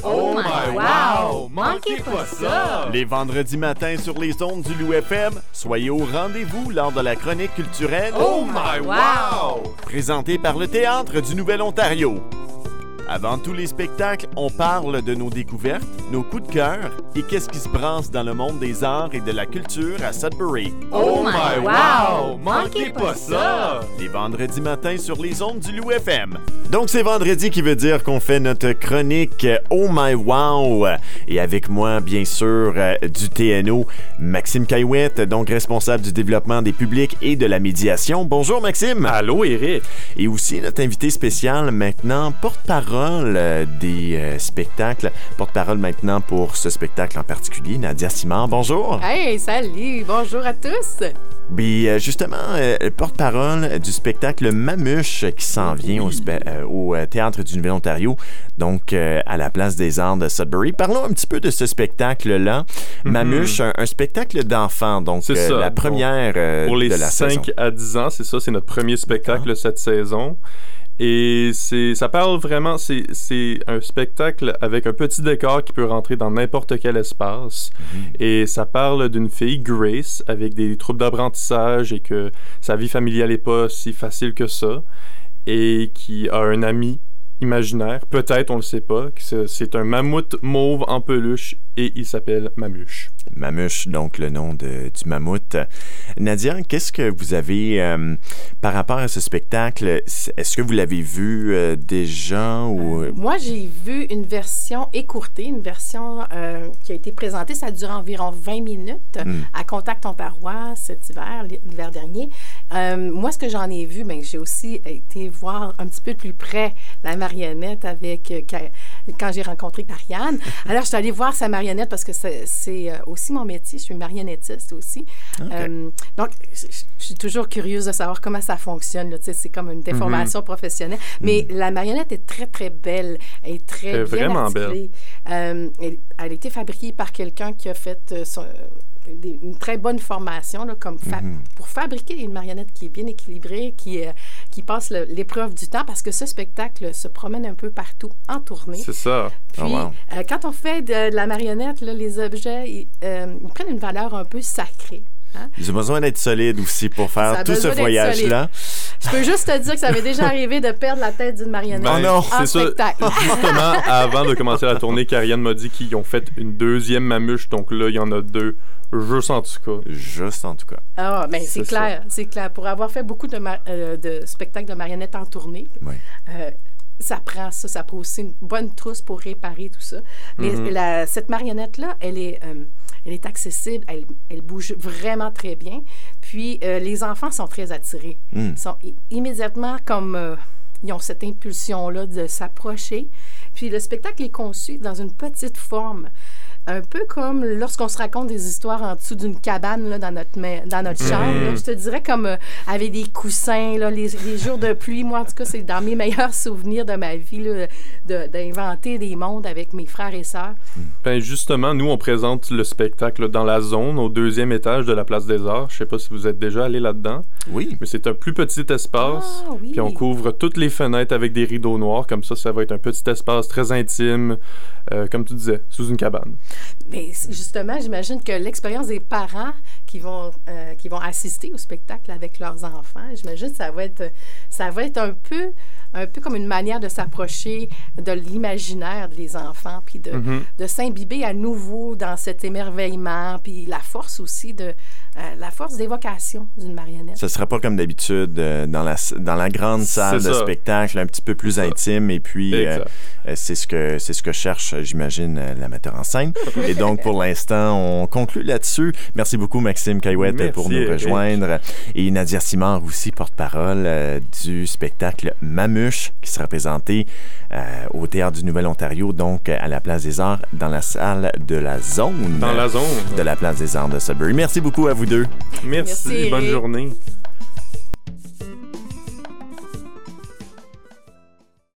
Oh my wow! Manquez pas ça! Les vendredis matins sur les ondes du Loup FM, soyez au rendez-vous lors de la chronique culturelle Oh my wow! Présentée par le Théâtre du Nouvel-Ontario. Avant tous les spectacles, on parle de nos découvertes, nos coups de cœur et qu'est-ce qui se brasse dans le monde des arts et de la culture à Sudbury. Oh my wow! Manquez pas ça! Les vendredis matins sur les ondes du Loup FM. Donc c'est vendredi qui veut dire qu'on fait notre chronique Oh my wow! Et avec moi, bien sûr, du TNO, Maxime Caillouette, donc responsable du développement des publics et de la médiation. Bonjour Maxime! Allô Eric! Et aussi notre invité spécial maintenant, porte-parole des spectacles, porte-parole maintenant pour ce spectacle en particulier, Nadia Simard. Bonjour! Hey, salut! Bonjour à tous! Puis justement, porte-parole du spectacle Mamuche qui s'en vient au Théâtre du Nouvel-Ontario, donc à la Place des Arts de Sudbury. Parlons un petit peu de ce spectacle-là. Mamuche, un spectacle d'enfants, donc ça, la première pour les de la 5 saison. à 10 ans, c'est ça, c'est notre premier spectacle cette saison. Et ça parle vraiment, c'est un spectacle avec un petit décor qui peut rentrer dans n'importe quel espace. Et ça parle d'une fille, Grace, avec des troubles d'apprentissage et que sa vie familiale n'est pas si facile que ça. Et qui a un ami imaginaire, peut-être, on le sait pas, que c'est un mammouth mauve en peluche et il s'appelle Mamuche. Mamuche, donc le nom du mammouth. Nadia, qu'est-ce que vous avez par rapport à ce spectacle? Est-ce que vous l'avez vu déjà? Ou... Moi, j'ai vu une version écourtée, une version qui a été présentée. Ça dure environ 20 minutes à Contact Ontario cet hiver, l'hiver dernier. Moi, ce que j'en ai vu, j'ai aussi été voir un petit peu plus près la marionnette avec quand j'ai rencontré Ariane. Alors, je suis allée voir sa marionnette parce que c'est aussi mon métier. Je suis marionnettiste aussi. Okay. Donc, je suis toujours curieuse de savoir comment ça fonctionne. Là. C'est comme une déformation professionnelle. Mais la marionnette est très, très belle. Elle est très bien vraiment articulée. Elle a été fabriquée par quelqu'un qui a fait une très bonne formation là, pour fabriquer une marionnette qui est bien équilibrée, qui passe l'épreuve du temps, parce que ce spectacle se promène un peu partout en tournée. C'est ça. Puis, quand on fait de la marionnette, là, les objets, ils prennent une valeur un peu sacrée. Hein? Ils ont besoin d'être solides aussi pour faire tout ce voyage-là. Je peux juste te dire que ça m'est déjà arrivé de perdre la tête d'une marionnette en spectacle. Justement, avant de commencer la tournée, Karianne m'a dit qu'ils ont fait une deuxième Mamuche, donc là, il y en a 2. Juste en tout cas. Ah, bien, c'est clair, c'est clair. Pour avoir fait beaucoup de spectacles de marionnettes en tournée, ça prend aussi une bonne trousse pour réparer tout ça. Mais cette marionnette-là, elle est accessible, elle bouge vraiment très bien. Puis, les enfants sont très attirés. Ils sont immédiatement comme... ils ont cette impulsion-là de s'approcher. Puis, le spectacle est conçu dans une petite forme. Un peu comme lorsqu'on se raconte des histoires en dessous d'une cabane là, dans notre chambre. Là, je te dirais comme avec des coussins, là, les jours de pluie. Moi, en tout cas, c'est dans mes meilleurs souvenirs de ma vie là, d'inventer des mondes avec mes frères et sœurs. Ben justement, nous, on présente le spectacle dans la zone, au 2e étage de la Place des Arts. Je sais pas si vous êtes déjà allé là-dedans. Oui. Mais c'est un plus petit espace. Ah, oui. Puis on couvre toutes les fenêtres avec des rideaux noirs. Comme ça va être un petit espace très intime, comme tu disais, sous une cabane. Mais justement, j'imagine que l'expérience des parents qui vont assister au spectacle avec leurs enfants, j'imagine que ça va être un peu comme une manière de s'approcher de l'imaginaire des enfants, puis de s'imbiber à nouveau dans cet émerveillement, puis la force aussi la force d'évocation d'une marionnette. Ce ne sera pas comme d'habitude dans la grande salle de spectacle, un petit peu plus intime, et puis c'est ce que cherche, j'imagine, la metteur en scène. Et donc, pour l'instant, on conclut là-dessus. Merci beaucoup, Maxime Caillouette, pour nous rejoindre. Et Nadia Simard aussi, porte-parole du spectacle Mamuche, qui sera présenté au Théâtre du Nouvel-Ontario, donc à la Place des Arts, dans la salle de la zone. Dans la zone. De la Place des Arts de Sudbury. Merci beaucoup à vous deux. Merci, bonne journée.